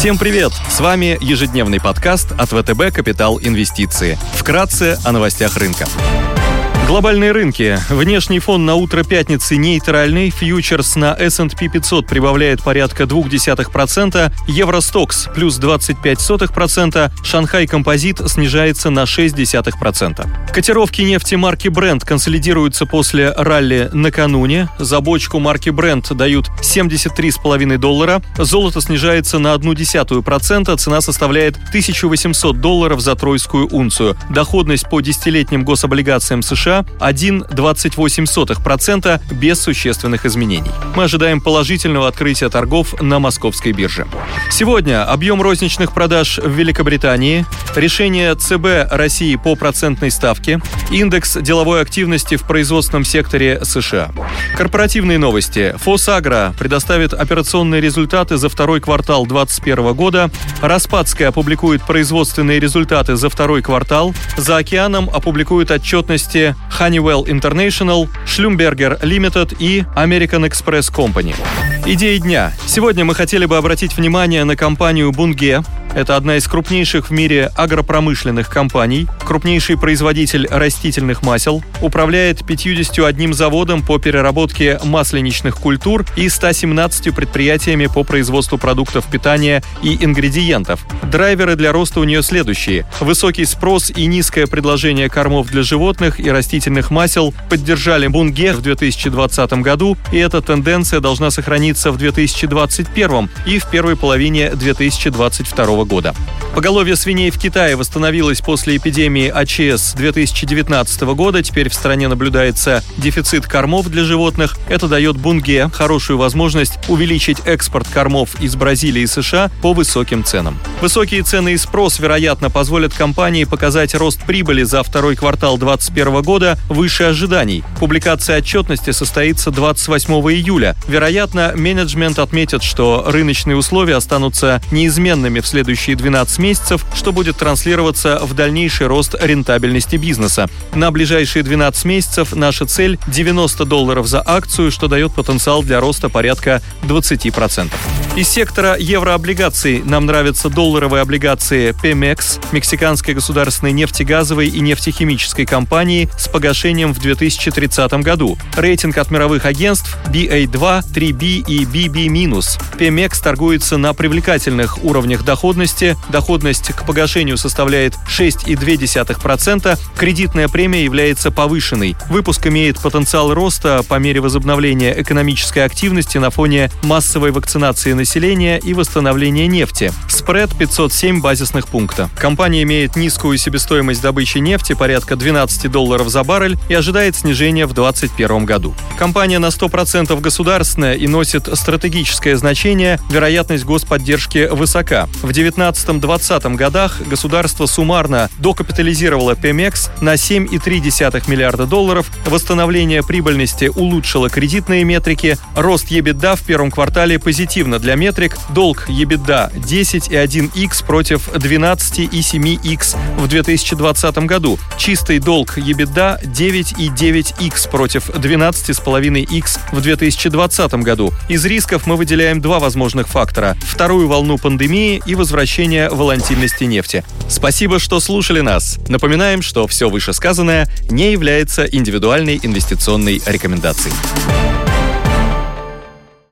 Всем привет! С вами ежедневный подкаст от ВТБ «Капитал Инвестиции». Вкратце о новостях рынка. Глобальные рынки. Внешний фон на утро пятницы нейтральный. Фьючерс на S&P 500 прибавляет порядка 0,2%. Евростокс плюс 0,25%. Шанхай Композит снижается на 0,6%. Котировки нефти марки Brent консолидируются после ралли накануне. За бочку марки Brent дают $73,5. Золото снижается на 0,1%. Цена составляет $1800 за тройскую унцию. Доходность по десятилетним гособлигациям США 1,28% без существенных изменений. Мы ожидаем положительного открытия торгов на московской бирже. Сегодня объем розничных продаж в Великобритании, решение ЦБ России по процентной ставке, индекс деловой активности в производственном секторе США. Корпоративные новости. Фосагро предоставит операционные результаты за второй квартал 2021 года. Распадская опубликует производственные результаты за второй квартал. За океаном опубликуют отчетности Honeywell International, Schlumberger Limited и American Express Company. Идеи дня. Сегодня мы хотели бы обратить внимание на компанию Bunge. Это одна из крупнейших в мире агропромышленных компаний, крупнейший производитель растительных масел, управляет 51 заводом по переработке масленичных культур и 117 предприятиями по производству продуктов питания и ингредиентов. Драйверы для роста у нее следующие. Высокий спрос и низкое предложение кормов для животных и растительных масел поддержали Bunge в 2020 году, и эта тенденция должна сохраниться в 2021 и в первой половине 2022 года. Поголовье свиней в Китае восстановилось после эпидемии АЧС 2019 года. Теперь в стране наблюдается дефицит кормов для животных. Это дает Bunge хорошую возможность увеличить экспорт кормов из Бразилии и США по высоким ценам. Высокие цены и спрос, вероятно, позволят компании показать рост прибыли за второй квартал 2021 года выше ожиданий. Публикация отчетности состоится 28 июля. Вероятно, менеджмент отметит, что рыночные условия останутся неизменными в следующие 12 месяцев, что будет транслироваться в дальнейший рост рентабельности бизнеса. На ближайшие 12 месяцев наша цель $90 за акцию, что дает потенциал для роста порядка 20%. Из сектора еврооблигаций нам нравятся долларовые облигации Pemex, мексиканской государственной нефтегазовой и нефтехимической компании с погашением в 2030 году. Рейтинг от мировых агентств BA2, 3B и BB-. Pemex торгуется на привлекательных уровнях доходности. Доходность к погашению составляет 6,2%. Кредитная премия является повышенной. Выпуск имеет потенциал роста по мере возобновления экономической активности на фоне массовой вакцинации населения и восстановления нефти. Спред 507 базисных пункта. Компания имеет низкую себестоимость добычи нефти, порядка $12 за баррель, и ожидает снижения в 2021 году. Компания на 100% государственная и носит стратегическое значение. Вероятность господдержки высока. В 2019-2020 годах государство суммарно докапитализировало Pemex на $7,3 миллиарда. Восстановление прибыльности улучшило кредитные метрики. Рост EBITDA в первом квартале позитивно для метрик. Долг EBITDA 10,1x против 12,7x в 2020 году. Чистый долг EBITDA 9,9x против 12,5x в 2020 году. Из рисков мы выделяем два возможных фактора: вторую волну пандемии и возвращение волатильности нефти. Спасибо, что слушали нас. Напоминаем, что все вышесказанное не является индивидуальной инвестиционной рекомендацией.